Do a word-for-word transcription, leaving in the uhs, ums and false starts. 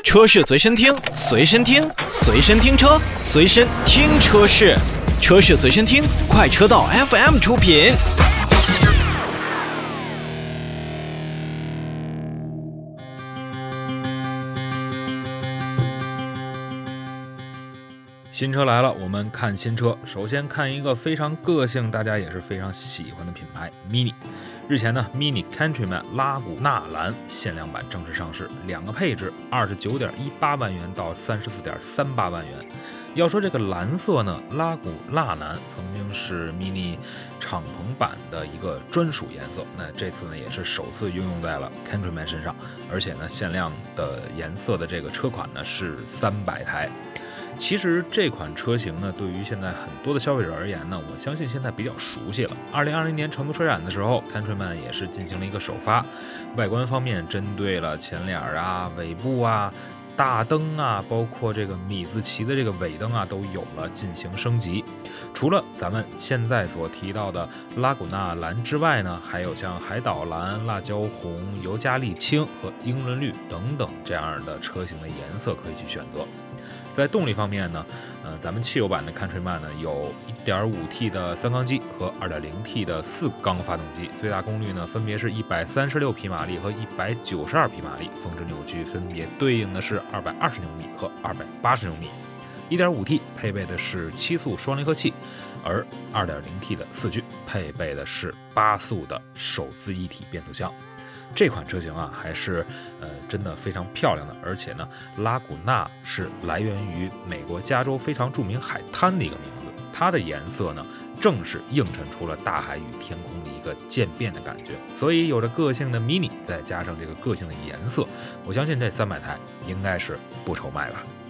车市随身听，随身听，随身听车，随身听车市，车市随身听，快车道 F M 出品。 新车来了，我们看新车。首先看一个非常个性，大家也是非常喜欢的品牌 Mini。日前呢 ，Mini Countryman 拉古纳蓝限量版正式上市，两个配置，二十九点一八万元到三十四点三八万元。要说这个蓝色呢，拉古纳蓝曾经是 Mini 敞篷版的一个专属颜色，那这次呢也是首次运用在了 Countryman 身上，而且呢限量的颜色的这个车款呢是三百台。其实这款车型呢，对于现在很多的消费者而言呢，我相信现在比较熟悉了。二零二零年成都车展的时候 ，Countryman 也是进行了一个首发，外观方面针对了前脸啊、尾部啊、大灯啊，包括这个米字旗的这个尾灯啊，都有了进行升级。除了咱们现在所提到的拉古纳蓝之外呢，还有像海岛蓝、辣椒红、尤加利青和英伦绿等等这样的车型的颜色可以去选择。在动力方面呢，呃，咱们汽油版的 Countryman 呢有 一点五 T 的三缸机和 二点零 T 的四缸发动机，最大功率呢分别是一百三十六匹马力和一百九十二匹马力，峰值扭矩分别对应的是二百二十牛米和二百八十牛米。一点五 T 配备的是七速双离合器，而 二点零 T 的四驱配备的是八速的手自一体变速箱。这款车型啊，还是呃真的非常漂亮的，而且呢，拉古纳是来源于美国加州非常著名海滩的一个名字，它的颜色呢，正是映衬出了大海与天空的一个渐变的感觉。所以有着个性的 Mini， 再加上这个个性的颜色，我相信这三百台应该是不愁卖吧。